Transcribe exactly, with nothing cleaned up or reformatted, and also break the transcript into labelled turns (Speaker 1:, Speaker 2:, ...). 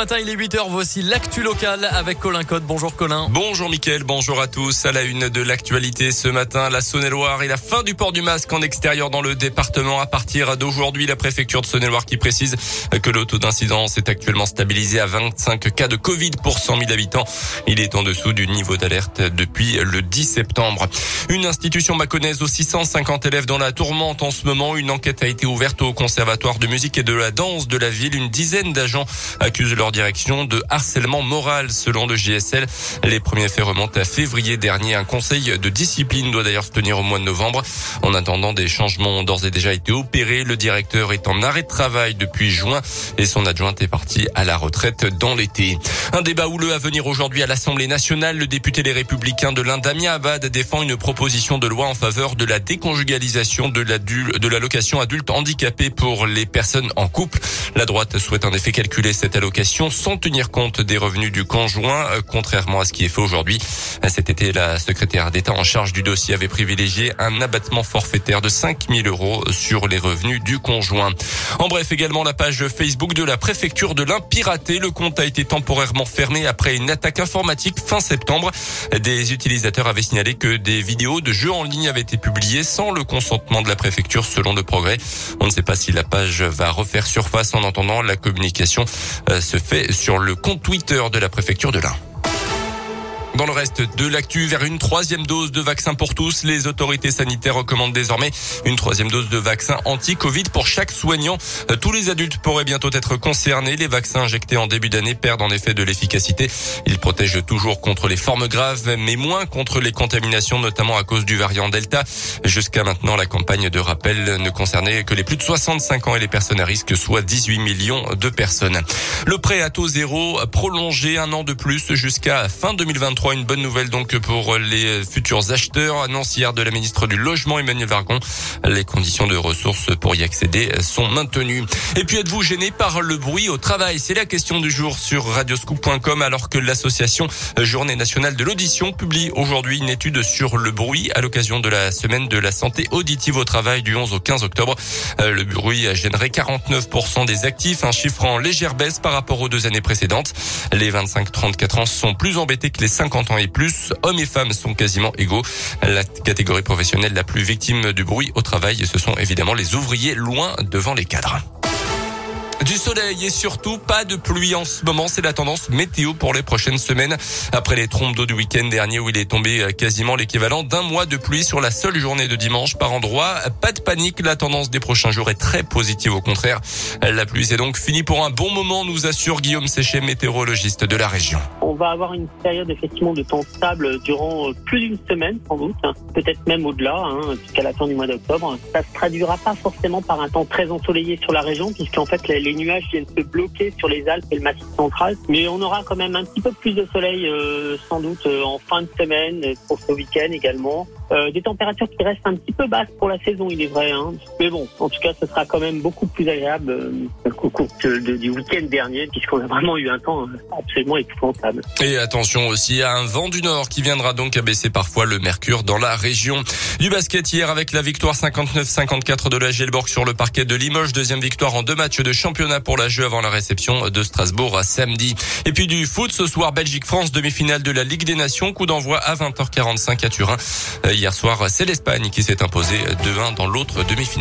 Speaker 1: matin, il est huit heures. Voici l'actu locale avec Colin Cotte. Bonjour Colin.
Speaker 2: Bonjour Mickaël, bonjour à tous. À la une de l'actualité ce matin, la Saône-et-Loire et la fin du port du masque en extérieur dans le département. À partir d'aujourd'hui, la préfecture de Saône-et-Loire qui précise que le taux d'incidence est actuellement stabilisé à vingt-cinq cas de Covid pour cent mille habitants. Il est en dessous du niveau d'alerte depuis le dix septembre. Une institution mâconnaise aux six cent cinquante élèves dans la tourmente en ce moment. Une enquête a été ouverte au conservatoire de musique et de la danse de la ville. Une dizaine d'agents accusent leur direction de harcèlement moral selon le J S L. Les premiers faits remontent à février dernier. Un conseil de discipline doit d'ailleurs se tenir au mois de novembre. En attendant, des changements ont d'ores et déjà été opérés. Le directeur est en arrêt de travail depuis juin et son adjointe est partie à la retraite dans l'été. Un débat houleux à venir aujourd'hui à l'Assemblée nationale. Le député Les Républicains de l'Ain, Damien Abad, défend une proposition de loi en faveur de la déconjugalisation de l'adul- de l'allocation adulte handicapé pour les personnes en couple. La droite souhaite en effet calculer cette allocation sans tenir compte des revenus du conjoint, contrairement à ce qui est fait aujourd'hui. Cet été, la secrétaire d'État en charge du dossier avait privilégié un abattement forfaitaire de cinq mille euros sur les revenus du conjoint. En bref, également la page Facebook de la préfecture de l'Ain piratée. Le compte a été temporairement fermé après une attaque informatique fin septembre. Des utilisateurs avaient signalé que des vidéos de jeux en ligne avaient été publiées sans le consentement de la préfecture selon Le Progrès. On ne sait pas si la page va refaire surface. En attendant, la communication se fait sur le compte Twitter de la préfecture de l'Ain. Dans le reste de l'actu, vers une troisième dose de vaccin pour tous, les autorités sanitaires recommandent désormais une troisième dose de vaccin anti-Covid pour chaque soignant. Tous les adultes pourraient bientôt être concernés. Les vaccins injectés en début d'année perdent en effet de l'efficacité. Ils protègent toujours contre les formes graves, mais moins contre les contaminations, notamment à cause du variant Delta. Jusqu'à maintenant, la campagne de rappel ne concernait que les plus de soixante-cinq ans et les personnes à risque, soit dix-huit millions de personnes. Le prêt à taux zéro prolongé un an de plus jusqu'à fin deux mille vingt-trois. Une bonne nouvelle donc pour les futurs acheteurs. Annonce hier de la ministre du Logement, Emmanuelle Wargon. Les conditions de ressources pour y accéder sont maintenues. Et puis, êtes-vous gêné par le bruit au travail? C'est la question du jour sur radioscoop point com, alors que l'association Journée nationale de l'audition publie aujourd'hui une étude sur le bruit à l'occasion de la semaine de la santé auditive au travail du onze au quinze octobre. Le bruit a généré quarante-neuf pour cent des actifs, un chiffre en légère baisse par rapport aux deux années précédentes. Les vingt-cinq trente-quatre ans sont plus embêtés que les cinquante ans et plus. Hommes et femmes sont quasiment égaux. La catégorie professionnelle la plus victime du bruit au travail, ce sont évidemment les ouvriers, loin devant les cadres. Du soleil et surtout pas de pluie en ce moment, c'est la tendance météo pour les prochaines semaines. Après les trompes d'eau du week-end dernier où il est tombé quasiment l'équivalent d'un mois de pluie sur la seule journée de dimanche par endroit, pas de panique, la tendance des prochains jours est très positive au contraire. La pluie c'est donc fini pour un bon moment, nous assure Guillaume Séchet, météorologiste de la région.
Speaker 3: On va avoir une période effectivement de temps stable durant plus d'une semaine sans doute, peut-être même au-delà, hein, jusqu'à la fin du mois d'octobre. Ça se traduira pas forcément par un temps très ensoleillé sur la région puisqu'en fait les Les nuages viennent se bloquer sur les Alpes et le Massif central. Mais on aura quand même un petit peu plus de soleil, euh, sans doute euh, en fin de semaine, pour ce week-end également. Euh, des températures qui restent un petit peu basses pour la saison, il est vrai. Hein. Mais bon, en tout cas, ce sera quand même beaucoup plus agréable euh, au cours de, de, du week-end dernier, puisqu'on a vraiment eu un temps absolument épouvantable.
Speaker 2: Et attention aussi à un vent du nord qui viendra donc abaisser parfois le mercure dans la région. Du basket hier avec la victoire cinquante-neuf cinquante-quatre de la Gielborg sur le parquet de Limoges. Deuxième victoire en deux matchs de championnat pour la G E avant la réception de Strasbourg à samedi. Et puis du foot ce soir, Belgique-France, demi-finale de la Ligue des Nations. Coup d'envoi à vingt heures quarante-cinq à Turin. Hier soir, c'est l'Espagne qui s'est imposée deux un dans l'autre demi-finale.